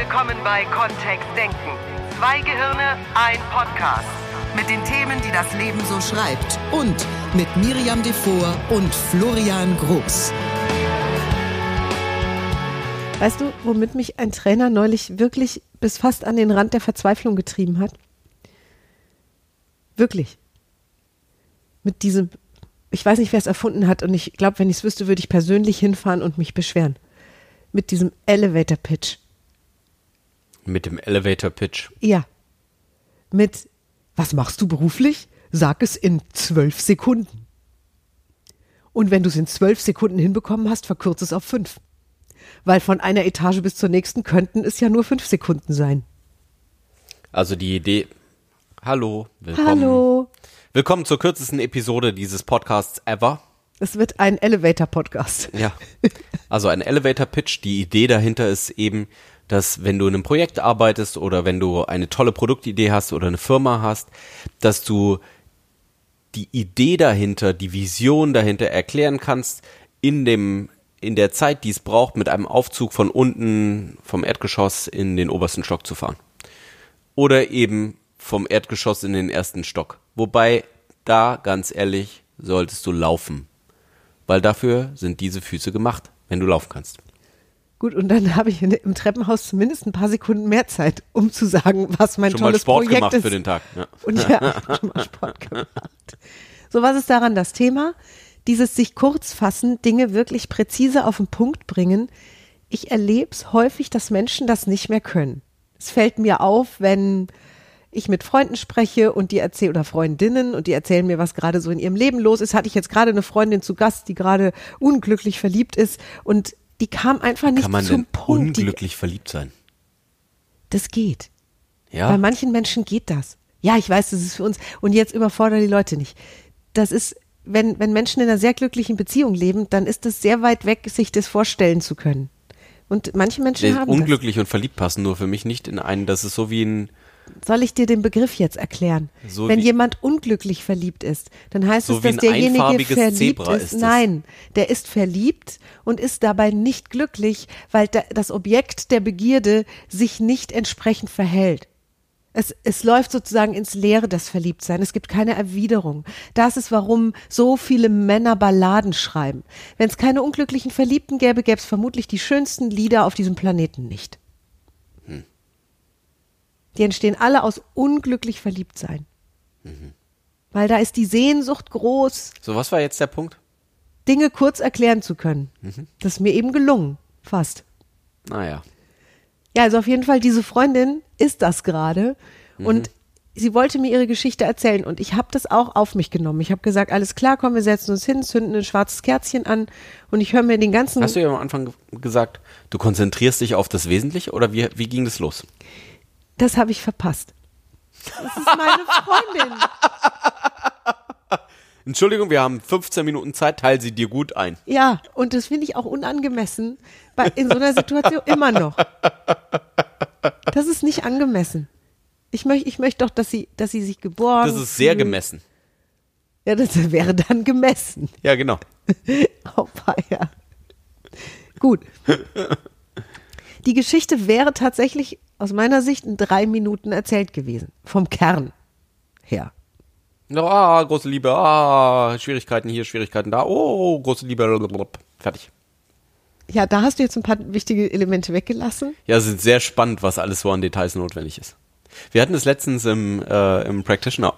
willkommen bei Kontext Denken. 2 Gehirne, ein Podcast. Mit den Themen, die das Leben so schreibt. Und mit Miriam Devor und Florian Groß. Weißt du, womit mich ein Trainer neulich wirklich bis fast an den Rand der Verzweiflung getrieben hat? Wirklich. Mit diesem, ich weiß nicht, wer es erfunden hat, und ich glaube, wenn ich es wüsste, würde ich persönlich hinfahren und mich beschweren. Mit diesem Elevator Pitch. Mit dem Elevator Pitch? Ja. Mit, was machst du beruflich? Sag es in 12 Sekunden. Und wenn du es in 12 Sekunden hinbekommen hast, verkürze es auf 5. Weil von einer Etage bis zur nächsten könnten es ja nur 5 Sekunden sein. Also die Idee, hallo, willkommen. Hallo. Willkommen zur kürzesten Episode dieses Podcasts ever. Es wird ein Elevator-Podcast. Ja, also ein Elevator-Pitch. Die Idee dahinter ist eben, dass wenn du in einem Projekt arbeitest oder wenn du eine tolle Produktidee hast oder eine Firma hast, dass du die Idee dahinter, die Vision dahinter erklären kannst in der Zeit, die es braucht, mit einem Aufzug von unten vom Erdgeschoss in den obersten Stock zu fahren. Oder eben vom Erdgeschoss in den ersten Stock. Wobei, da, ganz ehrlich, solltest du laufen. Weil dafür sind diese Füße gemacht, wenn du laufen kannst. Gut, und dann habe ich im Treppenhaus zumindest ein paar Sekunden mehr Zeit, um zu sagen, was mein tolles Projekt ist. Schon mal Sport gemacht für den Tag. Ja. Und ja, ich habe schon mal Sport gemacht. So, was ist daran das Thema? Dieses sich kurz fassen, Dinge wirklich präzise auf den Punkt bringen. Ich erlebe es häufig, dass Menschen das nicht mehr können. Es fällt mir auf, wenn ich mit Freunden spreche und die erzählen, oder Freundinnen, und die erzählen mir, was gerade so in ihrem Leben los ist. Hatte ich jetzt gerade eine Freundin zu Gast, die gerade unglücklich verliebt ist, und die kam einfach nicht zum Punkt. Kann man denn unglücklich verliebt sein? Das geht. Ja. Bei manchen Menschen geht das. Ja, ich weiß, das ist für uns, und jetzt überfordere die Leute nicht. Das ist, wenn Menschen in einer sehr glücklichen Beziehung leben, dann ist das sehr weit weg, sich das vorstellen zu können. Und manche Menschen haben unglücklich und verliebt passen nur für mich nicht in einen, das ist so wie ein... Soll ich dir den Begriff jetzt erklären? So wenn jemand unglücklich verliebt ist, dann heißt so es, dass derjenige verliebt ist. Nein, der ist verliebt und ist dabei nicht glücklich, weil das Objekt der Begierde sich nicht entsprechend verhält. Es läuft sozusagen ins Leere, das Verliebtsein. Es gibt keine Erwiderung. Das ist, warum so viele Männer Balladen schreiben. Wenn es keine unglücklichen Verliebten gäbe, gäbe es vermutlich die schönsten Lieder auf diesem Planeten nicht. Die entstehen alle aus unglücklich Verliebtsein. Weil da ist die Sehnsucht groß. So, was war jetzt der Punkt? Dinge kurz erklären zu können. Das ist mir eben gelungen. Fast. Naja. Ja, also auf jeden Fall, diese Freundin ist das gerade. Und sie wollte mir ihre Geschichte erzählen. Und ich habe das auch auf mich genommen. Ich habe gesagt, alles klar, komm, wir setzen uns hin, zünden ein schwarzes Kerzchen an. Und ich höre mir den ganzen... Hast du ja am Anfang gesagt, du konzentrierst dich auf das Wesentliche? Oder wie ging das los? Das habe ich verpasst. Das ist meine Freundin. Entschuldigung, wir haben 15 Minuten Zeit, teil sie dir gut ein. Ja, und das finde ich auch unangemessen, in so einer Situation immer noch. Das ist nicht angemessen. Ich möchte doch, dass sie sich geborgen Das ist sehr gemessen. Ja, das wäre dann gemessen. Ja, genau. Oh, ja. Gut. Die Geschichte wäre tatsächlich aus meiner Sicht in 3 Minuten erzählt gewesen. Vom Kern her. Große Liebe, Schwierigkeiten hier, Schwierigkeiten da, große Liebe, fertig. Ja, da hast du jetzt ein paar wichtige Elemente weggelassen. Ja, es ist sehr spannend, was alles so an Details notwendig ist. Wir hatten das letztens im Practitioner,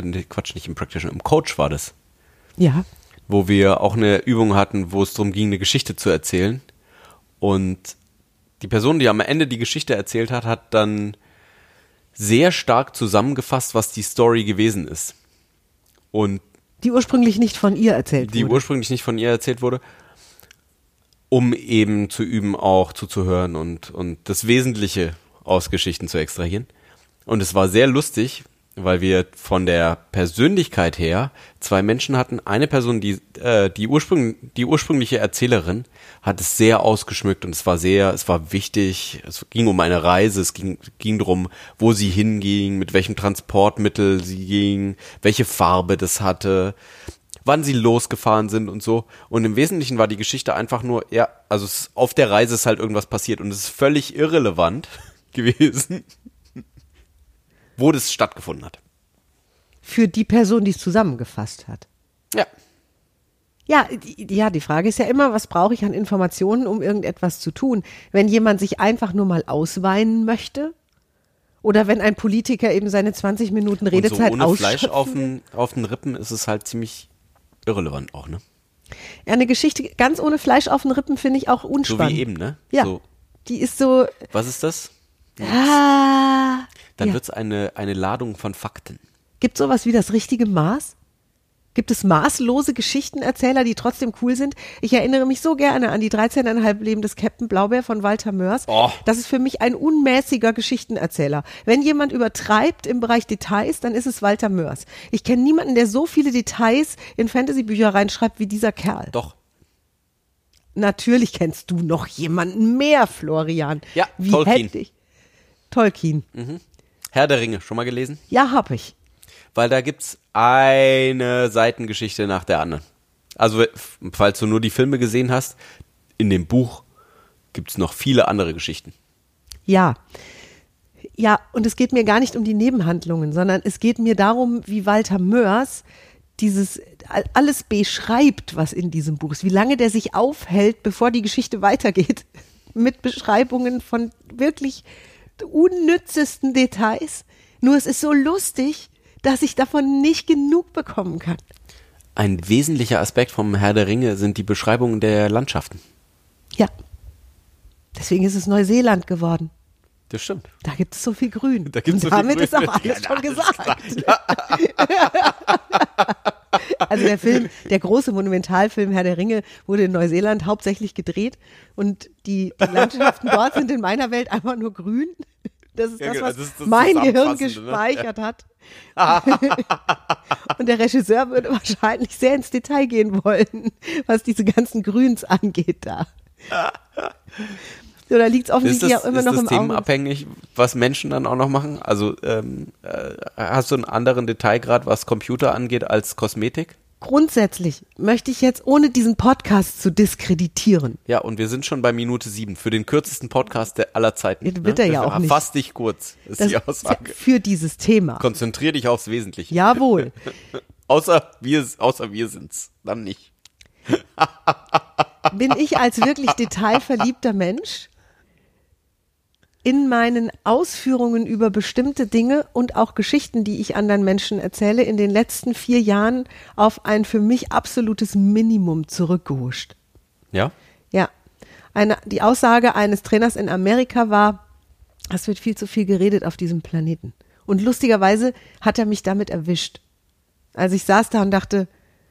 im Coach war das. Ja. Wo wir auch eine Übung hatten, wo es darum ging, eine Geschichte zu erzählen. Und die Person, die am Ende die Geschichte erzählt hat, hat dann sehr stark zusammengefasst, was die Story gewesen ist. Und die ursprünglich nicht von ihr erzählt wurde. Um eben zu üben, auch zuzuhören und das Wesentliche aus Geschichten zu extrahieren. Und es war sehr lustig, weil wir von der Persönlichkeit her 2 Menschen hatten. Eine Person, die ursprüngliche Erzählerin, hat es sehr ausgeschmückt und es war wichtig. Es ging um eine Reise, es ging darum, wo sie hinging, mit welchem Transportmittel sie ging, welche Farbe das hatte, wann sie losgefahren sind und so. Und im Wesentlichen war die Geschichte einfach nur, auf der Reise ist halt irgendwas passiert und es ist völlig irrelevant, gewesen, wo das stattgefunden hat. Für die Person, die es zusammengefasst hat. Ja. Ja, die Frage ist ja immer, was brauche ich an Informationen, um irgendetwas zu tun? Wenn jemand sich einfach nur mal ausweinen möchte oder wenn ein Politiker eben seine 20 Minuten Redezeit und so ohne Fleisch ausschöpfen auf den Rippen ist es halt ziemlich irrelevant auch, ne? Ja, eine Geschichte ganz ohne Fleisch auf den Rippen finde ich auch unspannend. So wie eben, ne? Ja, So, die ist so, was ist das? Dann Dann wird's eine Ladung von Fakten. Gibt sowas wie das richtige Maß? Gibt es maßlose Geschichtenerzähler, die trotzdem cool sind? Ich erinnere mich so gerne an die 13,5 Leben des Captain Blaubeer von Walter Mörs. Oh. Das ist für mich ein unmäßiger Geschichtenerzähler. Wenn jemand übertreibt im Bereich Details, dann ist es Walter Mörs. Ich kenne niemanden, der so viele Details in Fantasy-Bücher reinschreibt wie dieser Kerl. Doch. Natürlich kennst du noch jemanden mehr, Florian. Ja, wie Tolkien. hätte ich? Tolkien. Herr der Ringe, schon mal gelesen? Ja, hab ich. Weil da gibt's eine Seitengeschichte nach der anderen. Also, falls du nur die Filme gesehen hast, in dem Buch gibt's noch viele andere Geschichten. Ja. Ja, und es geht mir gar nicht um die Nebenhandlungen, sondern es geht mir darum, wie Walter Mörs dieses alles beschreibt, was in diesem Buch ist. Wie lange der sich aufhält, bevor die Geschichte weitergeht. Mit Beschreibungen von wirklich unnützesten Details. Nur es ist so lustig, dass ich davon nicht genug bekommen kann. Ein wesentlicher Aspekt vom Herr der Ringe sind die Beschreibungen der Landschaften. Ja. Deswegen ist es Neuseeland geworden. Das stimmt. Da gibt es so viel Grün. Da gibt's und so viel damit Grün. ist auch alles schon gesagt. Also der große Monumentalfilm Herr der Ringe wurde in Neuseeland hauptsächlich gedreht und die Landschaften dort sind in meiner Welt einfach nur grün. Das ist Ja, das, genau, was das ist das mein Gehirn Zusammenfassende, ne? gespeichert hat. Und der Regisseur würde wahrscheinlich sehr ins Detail gehen wollen, was diese ganzen Grüns angeht da. So, da liegt es offensichtlich auch immer noch im Ist das Auge. themenabhängig, was Menschen dann auch noch machen? Also hast du einen anderen Detailgrad, was Computer angeht, als Kosmetik? Grundsätzlich möchte ich jetzt, ohne diesen Podcast zu diskreditieren, Ja, und wir sind schon bei Minute 7, für den kürzesten Podcast aller Zeiten. Ja, wird er ja auch nicht. Fass dich kurz, ist das die Aussage. für dieses Thema. Konzentrier dich aufs Wesentliche. Jawohl. Außer wir sind's, dann nicht. Bin ich als wirklich detailverliebter Mensch in meinen Ausführungen über bestimmte Dinge und auch Geschichten, die ich anderen Menschen erzähle, in den letzten 4 Jahren auf ein für mich absolutes Minimum zurückgehuscht. Ja? Ja. Die Aussage eines Trainers in Amerika war, es wird viel zu viel geredet auf diesem Planeten. Und lustigerweise hat er mich damit erwischt. Also ich saß da und dachte,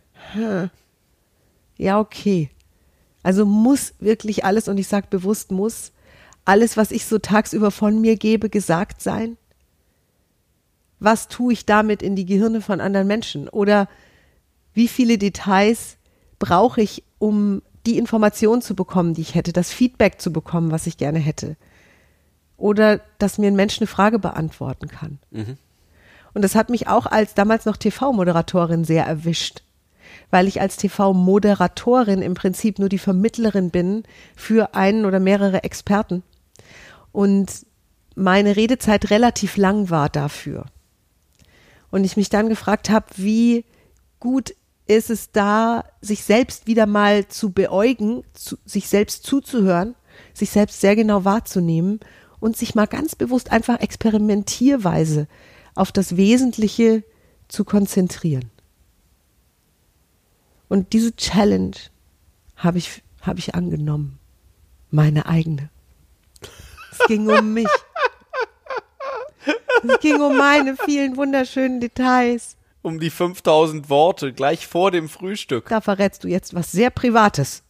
ja, okay. Also muss wirklich alles, und ich sage bewusst muss, alles, was ich so tagsüber von mir gebe, gesagt sein? Was tue ich damit in die Gehirne von anderen Menschen? Oder wie viele Details brauche ich, um die Information zu bekommen, die ich hätte, das Feedback zu bekommen, was ich gerne hätte? Oder dass mir ein Mensch eine Frage beantworten kann. Und das hat mich auch als damals noch TV-Moderatorin sehr erwischt, weil ich als TV-Moderatorin im Prinzip nur die Vermittlerin bin für einen oder mehrere Experten. Und meine Redezeit relativ lang war dafür. Und ich mich dann gefragt habe, wie gut ist es da, sich selbst wieder mal zu beäugen, sich selbst zuzuhören, sich selbst sehr genau wahrzunehmen und sich mal ganz bewusst einfach experimentierweise auf das Wesentliche zu konzentrieren. Und diese Challenge habe ich angenommen. Meine eigene. Es ging um mich. Es ging um meine vielen wunderschönen Details. Um die 5000 Worte, gleich vor dem Frühstück. Da verrätst du jetzt was sehr Privates.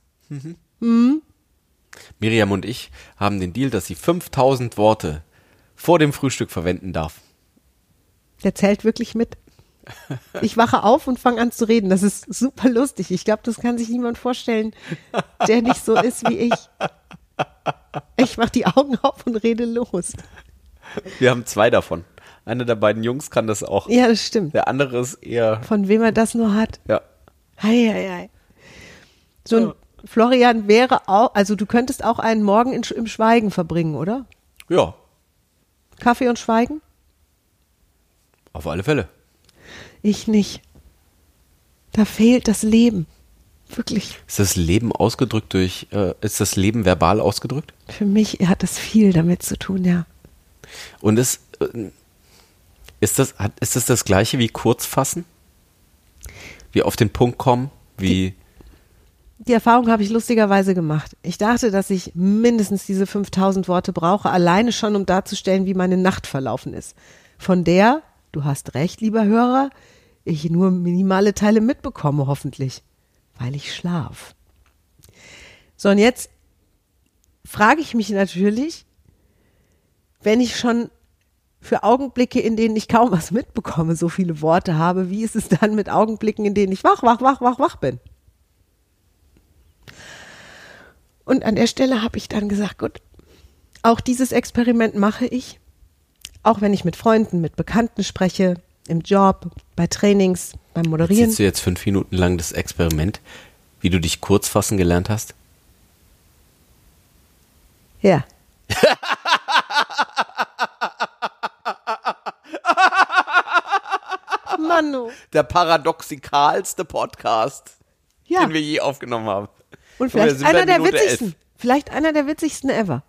Miriam und ich haben den Deal, dass sie 5000 Worte vor dem Frühstück verwenden darf. Der zählt wirklich mit. Ich wache auf und fange an zu reden. Das ist super lustig. Ich glaube, das kann sich niemand vorstellen, der nicht so ist wie ich. Ich mache die Augen auf und rede los. Wir haben 2 davon. Einer der beiden Jungs kann das auch. Ja, das stimmt. Der andere ist eher, Von wem er das nur hat. ja. Hei. So ein Florian wäre auch, also du könntest auch einen Morgen im Schweigen verbringen, oder? Ja. Kaffee und Schweigen? Auf alle Fälle. Ich nicht. Da fehlt das Leben. Wirklich. Ist das Leben ausgedrückt ist das Leben verbal ausgedrückt? Für mich hat das viel damit zu tun, ja. Und ist das Gleiche wie Kurzfassen? Wie auf den Punkt kommen? Wie Die Erfahrung habe ich lustigerweise gemacht. Ich dachte, dass ich mindestens diese 5000 Worte brauche, alleine schon, um darzustellen, wie meine Nacht verlaufen ist. Von der, du hast recht, lieber Hörer, ich nur minimale Teile mitbekomme, hoffentlich. Weil ich schlaf. So, und jetzt frage ich mich natürlich, wenn ich schon für Augenblicke, in denen ich kaum was mitbekomme, so viele Worte habe, wie ist es dann mit Augenblicken, in denen ich wach bin? Und an der Stelle habe ich dann gesagt, gut, auch dieses Experiment mache ich, auch wenn ich mit Freunden, mit Bekannten spreche, im Job, bei Trainings, beim Moderieren. Siehst du jetzt 5 Minuten lang das Experiment, wie du dich kurz fassen gelernt hast? Ja. Manu. Der paradoxikalste Podcast, Ja. den wir je aufgenommen haben. Und wir vielleicht sind bei einer der Minute witzigsten. 11. Vielleicht einer der witzigsten ever.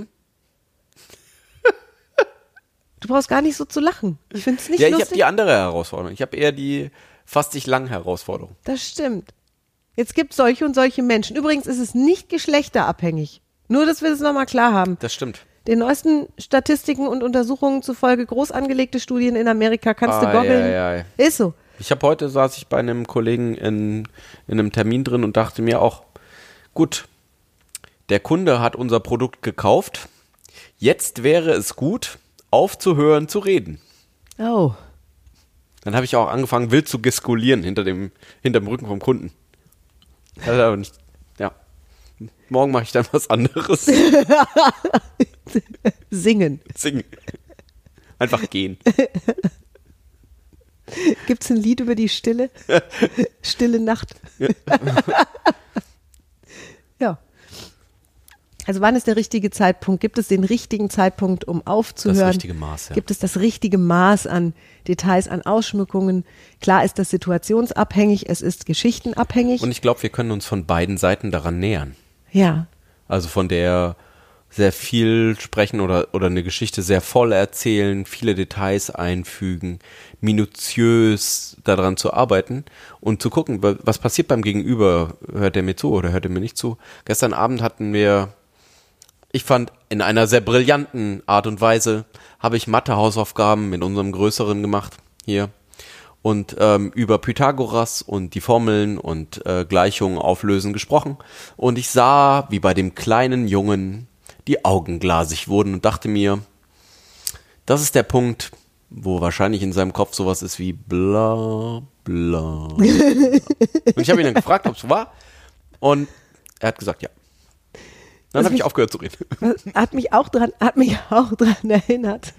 Du brauchst gar nicht so zu lachen. Ich finde es nicht Ja, ich habe lustig. die andere Herausforderung. Ich habe eher die fast dich lang Herausforderung. Das stimmt. Jetzt gibt es solche und solche Menschen. Übrigens ist es nicht geschlechterabhängig. Nur, dass wir das nochmal klar haben. Das stimmt. Den neuesten Statistiken und Untersuchungen zufolge groß angelegte Studien in Amerika kannst du goggeln. Ei. Ist so. Heute saß ich bei einem Kollegen in einem Termin drin und dachte mir auch, gut, der Kunde hat unser Produkt gekauft. Jetzt wäre es gut, aufzuhören zu reden. Oh. Dann habe ich auch angefangen, wild zu gestikulieren hinterm Rücken vom Kunden. Ja. Morgen mache ich dann was anderes. Singen. Singen. Einfach gehen. Gibt es ein Lied über die Stille? Stille Nacht. Ja. Also wann ist der richtige Zeitpunkt? Gibt es den richtigen Zeitpunkt, um aufzuhören? Das richtige Maß, ja. Gibt es das richtige Maß an Details, an Ausschmückungen? Klar ist das situationsabhängig, es ist geschichtenabhängig. Und ich glaube, wir können uns von beiden Seiten daran nähern. Ja. Also von der sehr viel sprechen oder eine Geschichte sehr voll erzählen, viele Details einfügen, minutiös daran zu arbeiten und zu gucken, was passiert beim Gegenüber. Hört er mir zu oder hört er mir nicht zu? Gestern Abend hatten wir, ich fand, in einer sehr brillanten Art und Weise, habe ich Mathe-Hausaufgaben mit unserem Größeren gemacht, hier. Und über Pythagoras und die Formeln und Gleichungen auflösen gesprochen. Und ich sah, wie bei dem kleinen Jungen die Augen glasig wurden und dachte mir, das ist der Punkt, wo wahrscheinlich in seinem Kopf sowas ist wie bla bla. Und ich habe ihn dann gefragt, ob es so war. Und er hat gesagt, ja. Dann habe ich aufgehört zu reden. Hat mich auch dran erinnert.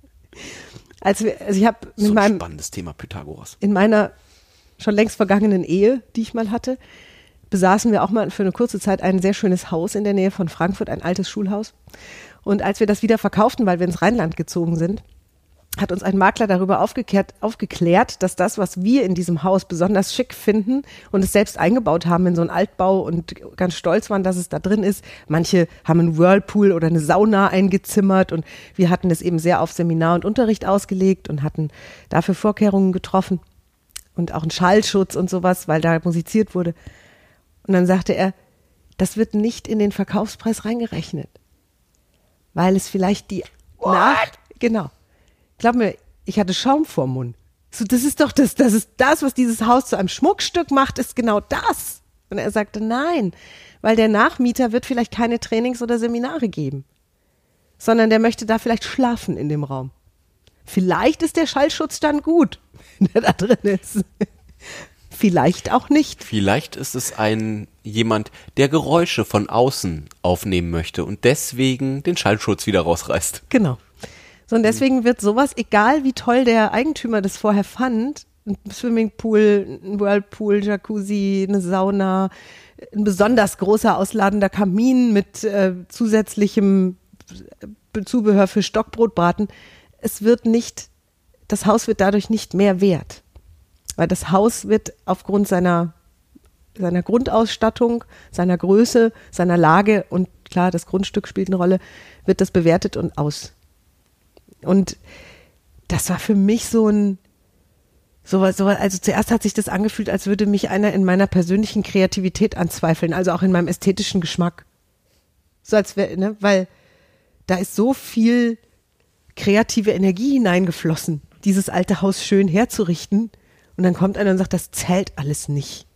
Also ich habe mit So ein meinem spannendes Thema Pythagoras. in meiner schon längst vergangenen Ehe, die ich mal hatte, besaßen wir auch mal für eine kurze Zeit ein sehr schönes Haus in der Nähe von Frankfurt, ein altes Schulhaus. Und als wir das wieder verkauften, weil wir ins Rheinland gezogen sind, hat uns ein Makler darüber aufgeklärt, dass das, was wir in diesem Haus besonders schick finden und es selbst eingebaut haben in so einen Altbau und ganz stolz waren, dass es da drin ist. Manche haben einen Whirlpool oder eine Sauna eingezimmert und wir hatten es eben sehr auf Seminar und Unterricht ausgelegt und hatten dafür Vorkehrungen getroffen und auch einen Schallschutz und sowas, weil da musiziert wurde. Und dann sagte er, das wird nicht in den Verkaufspreis reingerechnet, weil es vielleicht genau. Glaub mir, ich hatte Schaum vorm Mund. So, das ist doch das ist das, was dieses Haus zu einem Schmuckstück macht, ist genau das. Und er sagte, nein, weil der Nachmieter wird vielleicht keine Trainings oder Seminare geben, sondern der möchte da vielleicht schlafen in dem Raum. Vielleicht ist der Schallschutz dann gut, wenn der da drin ist. Vielleicht auch nicht. Vielleicht ist es jemand, der Geräusche von außen aufnehmen möchte und deswegen den Schallschutz wieder rausreißt. Genau. So, und deswegen wird sowas, egal wie toll der Eigentümer das vorher fand, ein Swimmingpool, ein Whirlpool, Jacuzzi, eine Sauna, ein besonders großer ausladender Kamin mit zusätzlichem Zubehör für Stockbrotbraten. Das Haus wird dadurch nicht mehr wert. Weil das Haus wird aufgrund seiner Grundausstattung, seiner Größe, seiner Lage und klar, das Grundstück spielt eine Rolle, wird das bewertet und aus. Und das war für mich also zuerst hat sich das angefühlt, als würde mich einer in meiner persönlichen Kreativität anzweifeln, also auch in meinem ästhetischen Geschmack. So als wäre, ne, weil da ist so viel kreative Energie hineingeflossen, dieses alte Haus schön herzurichten. Und dann kommt einer und sagt, das zählt alles nicht.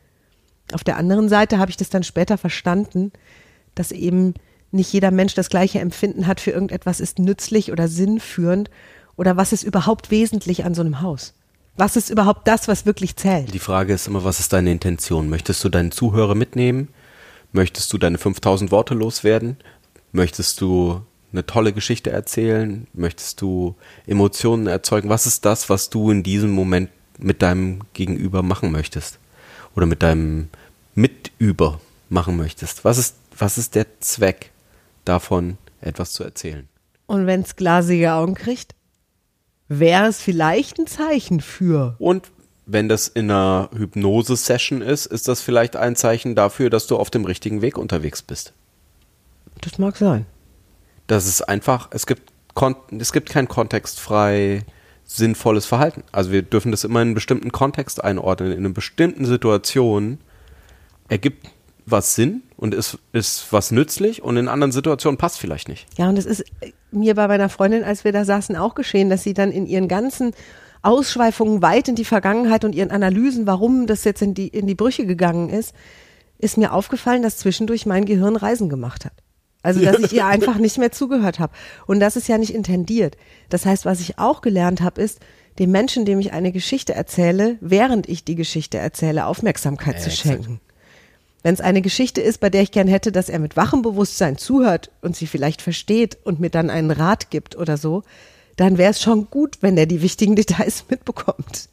Auf der anderen Seite habe ich das dann später verstanden, dass eben nicht jeder Mensch das gleiche Empfinden hat für irgendetwas ist nützlich oder sinnführend oder was ist überhaupt wesentlich an so einem Haus. Was ist überhaupt das, was wirklich zählt? Die Frage ist immer, was ist deine Intention? Möchtest du deinen Zuhörer mitnehmen? Möchtest du deine 5000 Worte loswerden? Möchtest du eine tolle Geschichte erzählen? Möchtest du Emotionen erzeugen? Was ist das, was du in diesem Moment mit deinem Gegenüber machen möchtest? Oder mit deinem Mitüber machen möchtest? Was ist der Zweck davon, etwas zu erzählen? Und wenn es glasige Augen kriegt, wäre es vielleicht ein Zeichen für. Und wenn das in einer Hypnose-Session ist das vielleicht ein Zeichen dafür, dass du auf dem richtigen Weg unterwegs bist. Das mag sein. Das ist einfach, es gibt kein kontextfrei sinnvolles Verhalten. Also wir dürfen das immer in einen bestimmten Kontext einordnen. In einer bestimmten Situation ergibt was Sinn und ist was nützlich und in anderen Situationen passt vielleicht nicht. Ja, und es ist mir bei meiner Freundin, als wir da saßen, auch geschehen, dass sie dann in ihren ganzen Ausschweifungen weit in die Vergangenheit und ihren Analysen, warum das jetzt in die Brüche gegangen ist mir aufgefallen, dass zwischendurch mein Gehirn Reisen gemacht hat. Also, dass ich ihr einfach nicht mehr zugehört habe. Und das ist ja nicht intendiert. Das heißt, was ich auch gelernt habe, ist, dem Menschen, dem ich eine Geschichte erzähle, während ich die Geschichte erzähle, Aufmerksamkeit zu schenken. Wenn es eine Geschichte ist, bei der ich gern hätte, dass er mit wachem Bewusstsein zuhört und sie vielleicht versteht und mir dann einen Rat gibt oder so, dann wäre es schon gut, wenn er die wichtigen Details mitbekommt.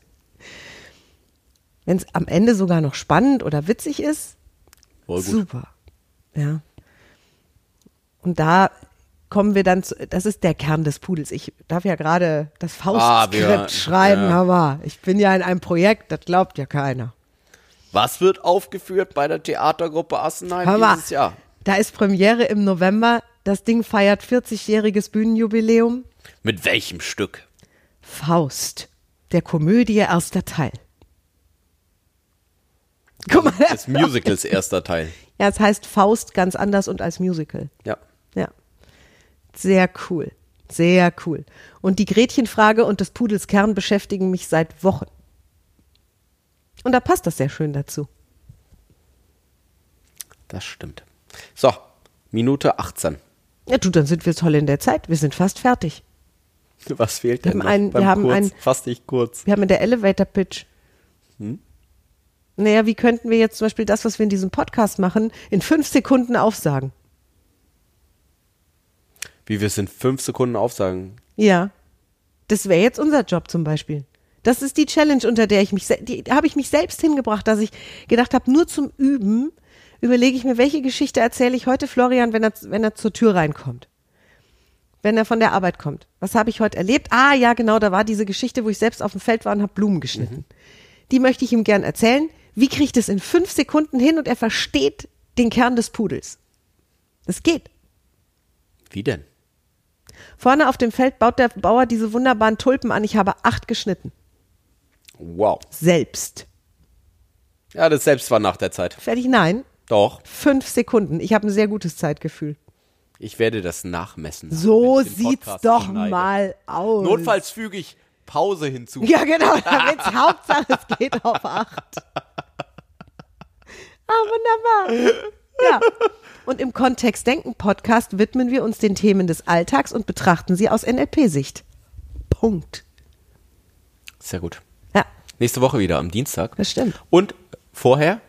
Wenn es am Ende sogar noch spannend oder witzig ist, super. Ja. Und da kommen wir dann das ist der Kern des Pudels. Ich darf ja gerade das Faustskript schreiben, aber ich bin ja in einem Projekt, das glaubt ja keiner. Was wird aufgeführt bei der Theatergruppe Assenheim dieses Jahr? Da ist Premiere im November. Das Ding feiert 40-jähriges Bühnenjubiläum. Mit welchem Stück? Faust, der Komödie, erster Teil. Guck mal. Des Musicals erster Teil. Ja, es heißt Faust ganz anders und als Musical. Ja. Ja. Sehr cool. Sehr cool. Und die Gretchenfrage und des Pudels Kern beschäftigen mich seit Wochen. Und da passt das sehr schön dazu. Das stimmt. So, Minute 18. Ja, du, dann sind wir toll in der Zeit. Wir sind fast fertig. Was fehlt denn noch? Fass dich kurz. Wir haben der Elevator Pitch. Naja, wie könnten wir jetzt zum Beispiel das, was wir in diesem Podcast machen, in 5 Sekunden aufsagen? Wie wir es in 5 Sekunden aufsagen? Ja, das wäre jetzt unser Job zum Beispiel. Das ist die Challenge, unter der die habe ich mich selbst hingebracht, dass ich gedacht habe, nur zum Üben überlege ich mir, welche Geschichte erzähle ich heute Florian, wenn er zur Tür reinkommt. Wenn er von der Arbeit kommt. Was habe ich heute erlebt? Ah, ja, genau, da war diese Geschichte, wo ich selbst auf dem Feld war und habe Blumen geschnitten. Die möchte ich ihm gern erzählen. Wie kriege ich das in 5 Sekunden hin und er versteht den Kern des Pudels? Das geht. Wie denn? Vorne auf dem Feld baut der Bauer diese wunderbaren Tulpen an. Ich habe 8 geschnitten. Wow. Selbst. Ja, das selbst war nach der Zeit. Fertig? Nein. Doch. 5 Sekunden. Ich habe ein sehr gutes Zeitgefühl. Ich werde das nachmessen. So sieht's doch mal aus. Notfalls füge ich Pause hinzu. Ja, genau. Damit's Hauptsache, es geht auf 8. Ah, wunderbar. Ja. Und im Kontext Denken Podcast widmen wir uns den Themen des Alltags und betrachten sie aus NLP-Sicht. Punkt. Sehr gut. Ja. Nächste Woche wieder am Dienstag. Das stimmt. Und vorher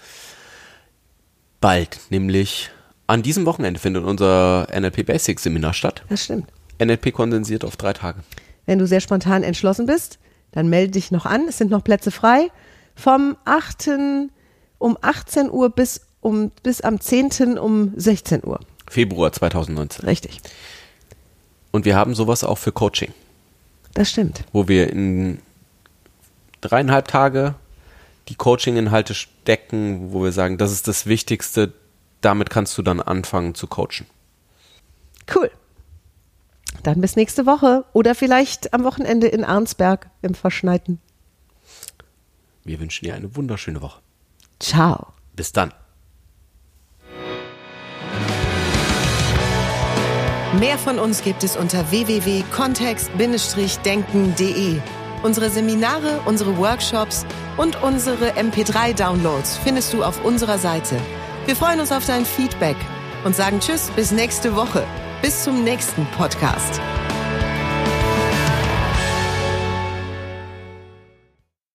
bald, nämlich an diesem Wochenende findet unser NLP Basics Seminar statt. Das stimmt. NLP kondensiert auf 3 Tage. Wenn du sehr spontan entschlossen bist, dann melde dich noch an. Es sind noch Plätze frei. Vom 8. um 18 Uhr bis am 10. um 16 Uhr. Februar 2019. Richtig. Und wir haben sowas auch für Coaching, Das stimmt. wo wir in 3,5 Tage die Coaching-Inhalte stecken, wo wir sagen, das ist das Wichtigste, damit kannst du dann anfangen zu coachen. Cool. Dann bis nächste Woche oder vielleicht am Wochenende in Arnsberg im Verschneiten. Wir wünschen dir eine wunderschöne Woche. Ciao. Bis dann. Mehr von uns gibt es unter www.kontext-denken.de. Unsere Seminare, unsere Workshops und unsere MP3-Downloads findest du auf unserer Seite. Wir freuen uns auf dein Feedback und sagen Tschüss bis nächste Woche. Bis zum nächsten Podcast.